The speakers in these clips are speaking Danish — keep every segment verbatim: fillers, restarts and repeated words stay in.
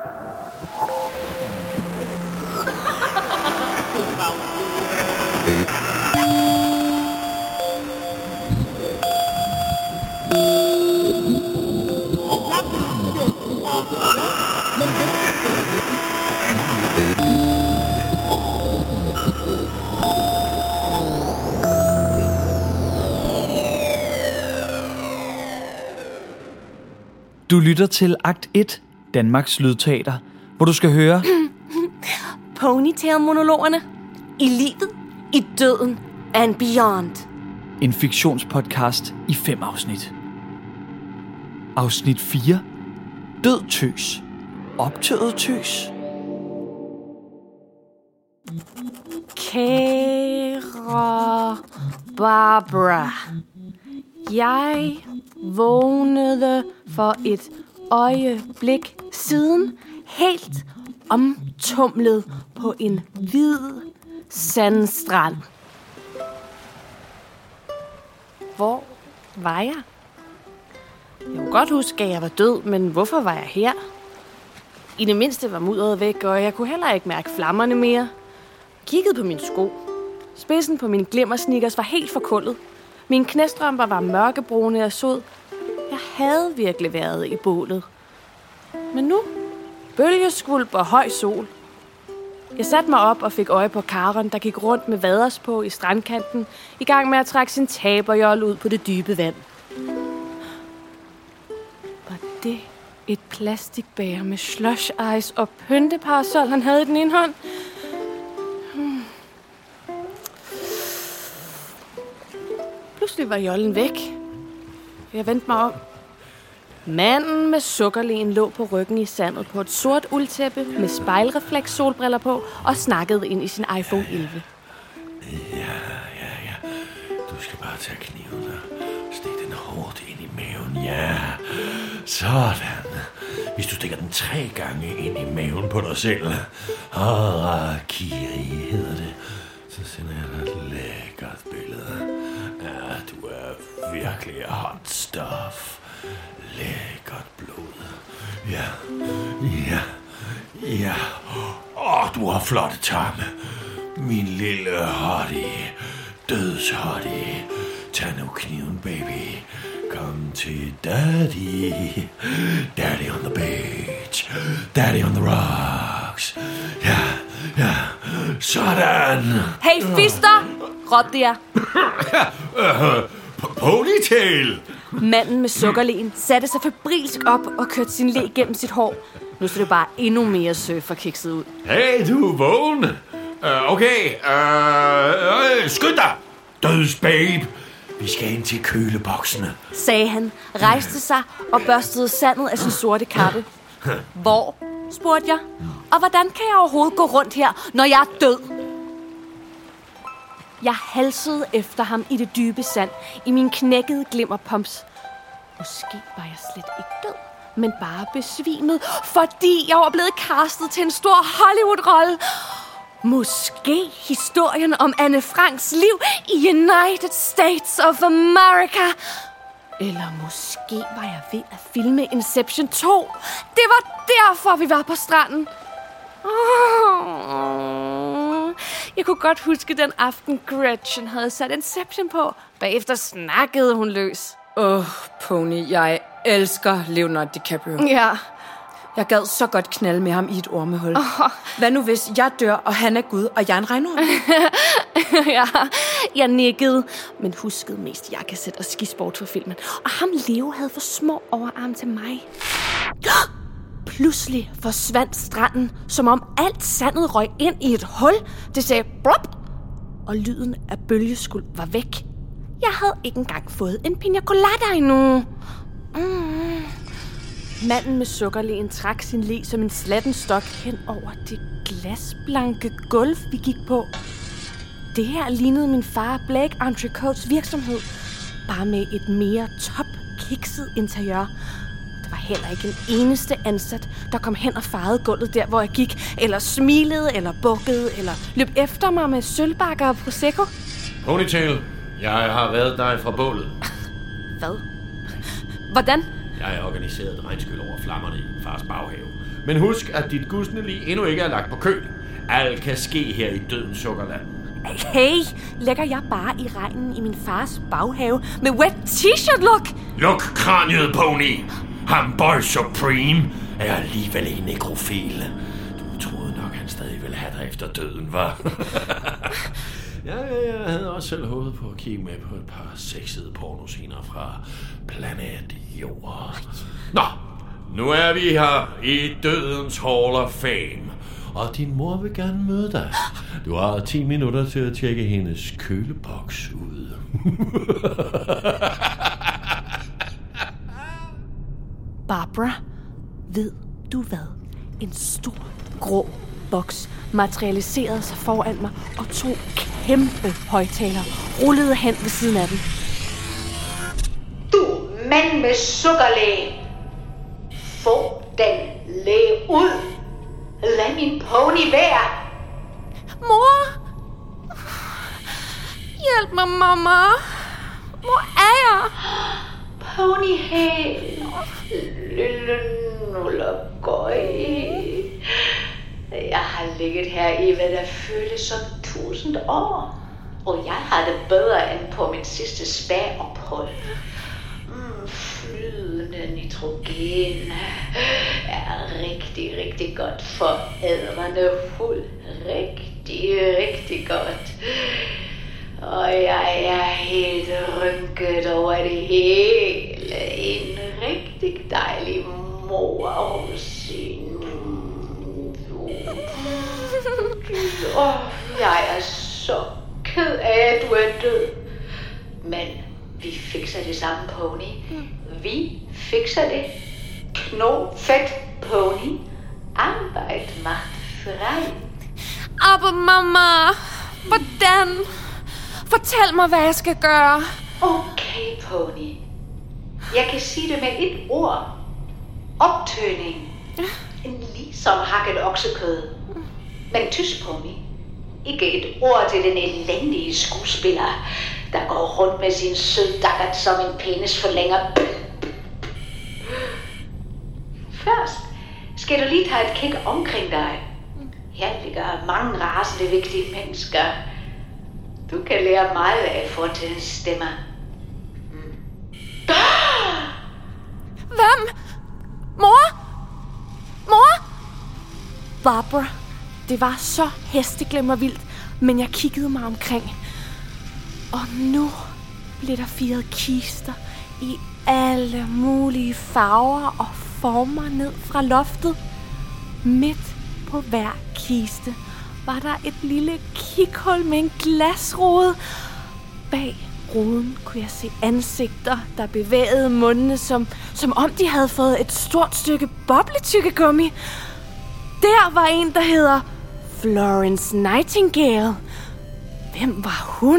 Du lytter til akt et, Danmarks Lydteater, hvor du skal høre Ponytail-monologerne. I livet, i døden and beyond. En fiktionspodcast i fem afsnit. Afsnit fire. Død tøs. Optøet tøs. Kære Barbara, jeg vågnede for et øjeblik siden helt omtumlet på en hvid sandstrand. Hvor var jeg? Jeg kunne godt huske, at jeg var død, men hvorfor var jeg her? I det mindste var mudderet væk, og jeg kunne heller ikke mærke flammerne mere. Jeg kiggede på mine sko. Spidsen på mine glimmersnickers var helt forkullet. Mine knæstrømper var mørkebrune af sod. Jeg havde virkelig været i bålet. Men nu, bølgeskvulp og høj sol. Jeg satte mig op og fik øje på Karen, der gik rundt med vaders på i strandkanten, i gang med at trække sin taberjold ud på det dybe vand. Var det et plastikbæger med slush ice og pynteparasol, han havde i den ene hånd? Hmm. Pludselig var jollen væk. Jeg vendte mig om. Manden med sukkerlen lå på ryggen i sandet på et sort uldtæppe med spejlrefleks solbriller på og snakkede ind i sin iPhone elleve. Ja, ja, ja. Du skal bare tage kniven og stikke den hårdt ind i maven. Ja, sådan. Hvis du stikker den tre gange ind i maven på dig selv. Harakiri hedder det. Så sender jeg dig et lækkert billede. Ja, du er virkelig hot stuff. Lækkert blod. Ja, ja, ja. Åh, du har flotte tarme. Min lille hottie. Dødshottie. Tag nu kniven, baby. Kom til daddy. Daddy on the beach. Daddy on the rocks. Ja, ja. Sådan. Hey, fister! Råbte jeg. Ponytail! Manden med sukkerlen satte sig febrilsk op og kørte sin le gennem sit hår. Nu så det bare endnu mere surferkikset ud. Hey, du er vågen. Uh, okay, uh, uh, skynd dig, dødsbabe. Vi skal ind til køleboksene, sagde han, rejste sig og børstede sandet af sin sorte kappe. Hvor? Spurgte jeg. Og hvordan kan jeg overhovedet gå rundt her, når jeg er død? Jeg halsede efter ham i det dybe sand, i min knækkede glimmerpumps. Måske var jeg slet ikke død, men bare besvimet, fordi jeg var blevet castet til en stor Hollywood-rolle. Måske historien om Anne Franks liv i United States of America. Eller måske var jeg ved at filme Inception to. Det var derfor, vi var på stranden. Oh, jeg kunne godt huske den aften, Gretchen havde sat Inception på. Bagefter snakkede hun løs. Åh, oh, Pony, jeg elsker Leonardo DiCaprio. Ja. Jeg gad så godt knalde med ham i et ormehul. Oh. Hvad nu hvis jeg dør, og han er Gud, og jeg er en regnorm? Ja, jeg nikkede, men huskede mest jakkesæt og skisport for filmen. Og ham Leo havde for små overarm til mig. Pludselig forsvandt stranden, som om alt sandet røg ind i et hul. Det sagde brop, og lyden af bølgeskuld var væk. Jeg havde ikke engang fået en piña colada endnu. Mm. Manden med sukkerlen trak sin le som en slatten stok hen over det glasblanke gulv, vi gik på. Det her lignede min far Blake Entrecotes virksomhed, bare med et mere top-kikset interiør. Der var heller ikke en eneste ansat, der kom hen og farede gulvet der, hvor jeg gik, eller smilede, eller bukkede, eller løb efter mig med sølvbakker og prosecco. Ponytail, jeg har reddet dig fra bålet. Hvad? Hvordan? Jeg har organiseret et regnskyld over flammerne i fars baghave. Men husk, at dit gusne lig endnu ikke er lagt på køl. Alt kan ske her i dødens sukkerland. Hey, lægger jeg bare i regnen i min fars baghave med wet t-shirt look? Luk kraniet, pony! Ham Boy Supreme er alligevel en nekrofil. Du troede nok, han stadig ville have dig efter døden, var? Ja, ja, jeg havde også selv håbet på at kigge med på et par sexede pornoscener fra planet Jord. Nå, nu er vi her i dødens Hall of Fame. Og din mor vil gerne møde dig. Du har ti minutter til at tjekke hendes køleboks ud. Barbara, ved du hvad? En stor, grå boks materialiserede sig foran mig, og to kæmpe højtalere rullede hen ved siden af den. Du mand med sukkerlæge. Få den læge ud. Lad min pony være. Mor! Hjælp mig, mamma. Hvor er jeg? Ponyhæl. Lille nullergøj. Jeg har ligget her i, hvad der føles som tusind år. Og jeg har det bedre end på min sidste spa-ophold. Mm, flydende nitrogen er rigtig, rigtig godt for ædrende hud. Rigtig, rigtig godt. Og jeg er helt rynket over det hele. En rigtig dejlig morrosin. Åh, oh, jeg er så ked af, at du er død. Men vi fikser det sammen, pony. Vi fikser det. Knofedt, pony. Arbejde macht frei. Aber mamma, hvordan? Fortæl mig, hvad jeg skal gøre. Okay, pony. Jeg kan sige det med et ord. Optøning. Ligesom hakket oksekød. Men tysk, pony. Ikke et ord til den elendige skuespiller, der går rundt med sin søddakkert som en penis forlænger. Først skal du lige tage et kig omkring dig. Her ligger mange rasende vigtige mennesker. Du kan lære meget af fortidens stemmer. Hmm. Hvem? Mor? Mor? Barbara, det var så hesteglemmervildt, men jeg kiggede mig omkring. Og nu blev der firet kister i alle mulige farver og former ned fra loftet. Midt på hver kiste var der et lille kikhul med en glasrude. Bag ruden kunne jeg se ansigter, der bevægede mundene, som, som om de havde fået et stort stykke bobletyggegummi. Der var en, der hedder Florence Nightingale. Hvem var hun?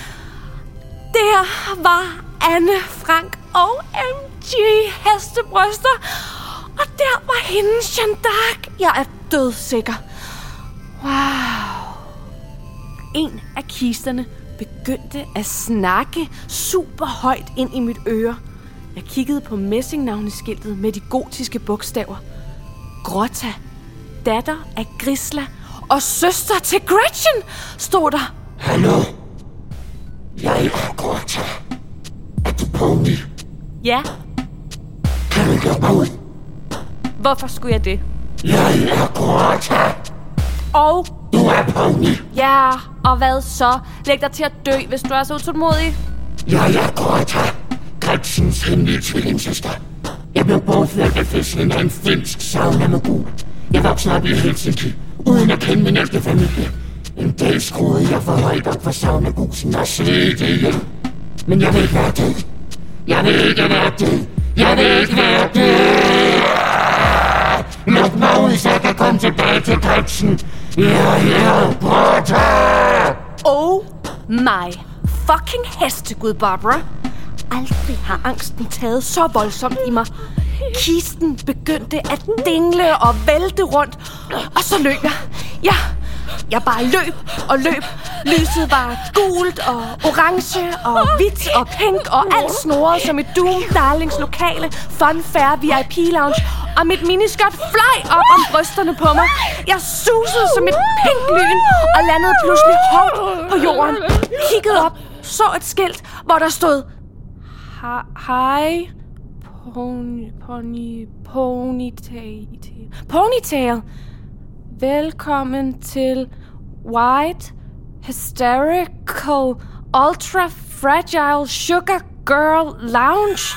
Der var Anne Frank og M G hestebryster. Og der var hende, Jeanne d'Arc. Jeg er dødsikker. Wow. En af kisterne begyndte at snakke super højt ind i mit øre. Jeg kiggede på messingnavneskiltet med de gotiske bogstaver. Grotta, datter af Grisla og søster til Gretchen, stod der. Hallo? Jeg er Grotta. Er du pony? Ja. Kan du gøre mig ud? Hvorfor skulle jeg det? Jeg er Grotta. Og? Du er pony. Ja, og hvad så? Læg dig til at dø, hvis du er så utålmodig. Jeg er Grotta. Gretchens hemmelige tvillingssøster. Jeg blev bortført af fødslen af en finsk saunamogul. Jeg voksede op i Helsinki, uden at kende min ægte familie. En dag skruede jeg for højt op for saunagusen og svedte ihjel. Men jeg vil ikke være død. Jeg vil ikke være død. Jeg vil ikke være død. Luk mig ud, så jeg kan komme tilbage til Gretchen. Jeg er Grotta. Oh my fucking hestegud, Barbara. Aldrig har angsten taget så voldsomt i mig. Kisten begyndte at dingle og vælte rundt, og så løb jeg. Ja, jeg bare løb og løb, Lyset var gult og orange og hvidt og pink og alt snoret som et Doom Darlings lokale Fun Fair V I P lounge. Og mit miniskørt fløj op om brysterne på mig. Jeg susede som et pink lyn og landede pludselig hårdt på jorden. Kiggede op, så et skilt, hvor der stod: Hej, pony, pony, ponytail, ponytail. Velkommen til White, Hysterical, Ultra Fragile Sugar Girl Lounge.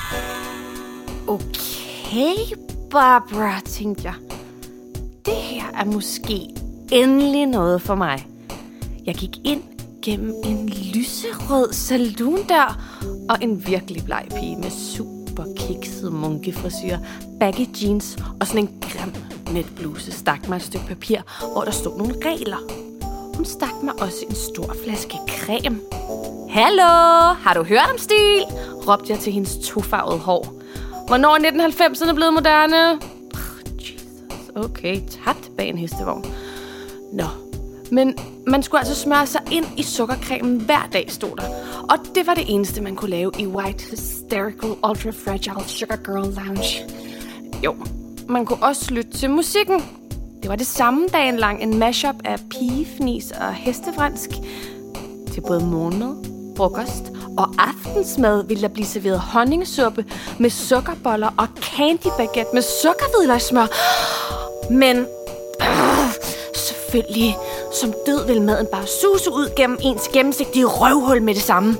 Okay, Barbara, tænkte jeg. Det her er måske endelig noget for mig. Jeg gik ind gennem en lyserød saloondør og en virkelig bleg pige med super kikset munkefrisyr, baggy jeans og sådan en grim netbluse stak mig et stykke papir, hvor der stod nogle regler. Hun stak mig også en stor flaske creme. Hallo, har du hørt om stil? Råbte jeg til hendes tofarvede hår. Hvornår er nitten halvfemserne blevet moderne? Jesus, okay, tabt bag en hestevogn. Nå, men man skulle altså smøre sig ind i sukkercremen hver dag, stod der. Og det var det eneste, man kunne lave i White Hysterical Ultra Fragile Sugar Girl Lounge. Jo, man kunne også lytte til musikken. Det var det samme dagen lang, en mashup af pigefnis og hestevransk. Til både morgenmad, frokost og aftensmad ville der blive serveret honningsuppe med sukkerboller og candybaguette med sukkerhvidløgssmør. Men øh, selvfølgelig, som død ville maden bare suse ud gennem ens gennemsigtige røvhul med det samme.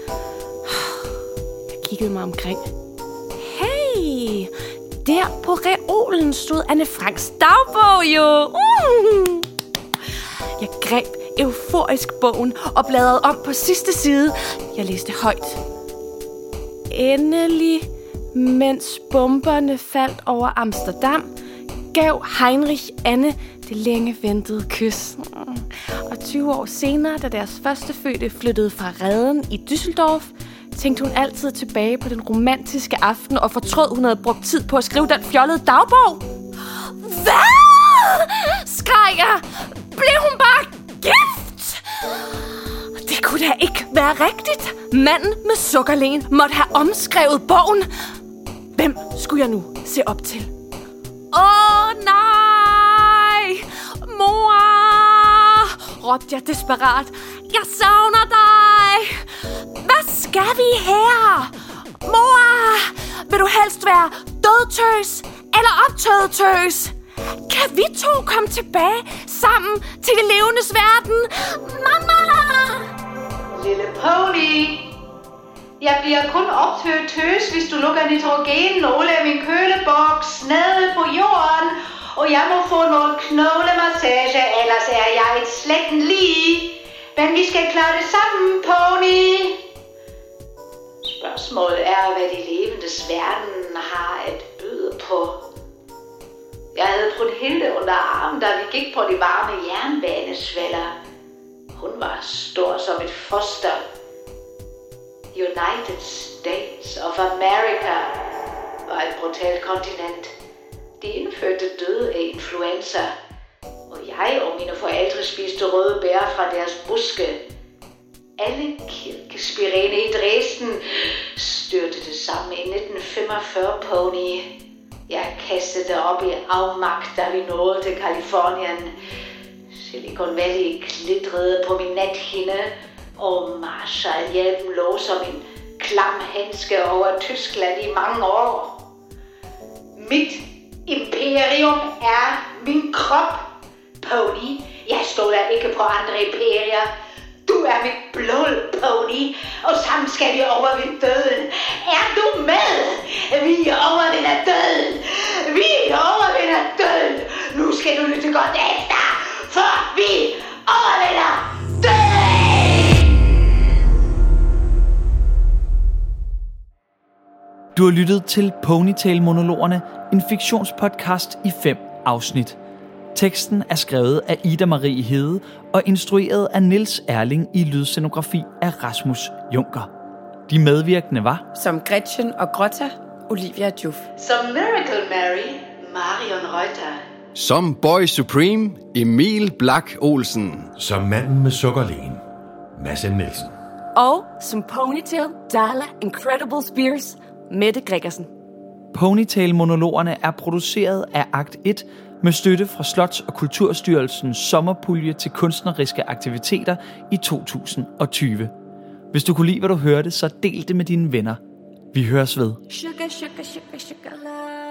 Jeg kiggede mig omkring. Hey, der på reolen stod Anne Franks dagbog jo. Mm. Jeg greb euforisk bogen og bladrede om på sidste side. Jeg læste højt. Endelig, mens bomberne faldt over Amsterdam, gav Heinrich Anne det længe ventede kys. Og tyve år senere, da deres førstefødte flyttede fra reden i Düsseldorf, tænkte hun altid tilbage på den romantiske aften og fortrød, hun havde brugt tid på at skrive den fjollede dagbog. Hvad? Skreg jeg. Blev hun bare gift? Det kunne da ikke være rigtigt. Manden med sukkerlen måtte have omskrevet bogen. Hvem skulle jeg nu se op til? Åh oh, nej! Mor! Råbte jeg desperat. Jeg savner dig! Hvad skal vi her? Mor! Vil du helst være dødtøs eller optøjet tøs? Kan vi to komme tilbage sammen til de levendes verden? Mamma! Lille pony! Jeg bliver kun optøjet tøs, hvis du lukker nitrogen nogle af min køleboks nede på jorden. Og jeg må få noget knoglemassage, ellers er jeg et slægten lige. Men vi skal klare det sammen, pony. Spørgsmålet er, hvad de levendes verden har at byde på. Jeg havde Brunhilde under armen, da vi gik på de varme jernbanesvælder. Hun var stor som et foster. United States of America var et brutalt kontinent. De indførte døde af influenza, og jeg og mine forældre spiste røde bær fra deres buske. Alle kirkespirene i Dresden styrtede sammen i nitten femogfyrre, pony. Jeg kastede op i afmagt, da vi nåede til Californien. Silicon Valley glitrede på min nathinde, og Marshallhjelmen lå som en klam handske over Tyskland i mange år. Mit imperium er min krop, pony. Jeg stoler ikke på andre imperier. Du er mit blod, pony, og sammen skal vi overvinde døden. Er du med? Vi overvinder døden. Vi overvinder døden. Nu skal du lytte godt efter, for vi overvinder døden. Du har lyttet til Ponytail-monologerne, en fiktionspodcast i fem afsnit. Teksten er skrevet af Ida Marie Hede og instrueret af Niels Erling i lydscenografi af Rasmus Junker. De medvirkende var som Gretchen og Grotta, Olivia Juf. Som Miracle Mary, Marion Reuter. Som Boy Supreme, Emil Black Olsen. Som manden med sukkerlen, Mads M. Nielsen. Og som Ponytail, Darla, Incredible Spears, Mette Gregersen. Ponytail-monologerne er produceret af Akt et med støtte fra Slots- og Kulturstyrelsens sommerpulje til kunstneriske aktiviteter i to tusind og tyve. Hvis du kunne lide, hvad du hørte, så del det med dine venner. Vi høres ved. Sugar, sugar, sugar, sugar, love.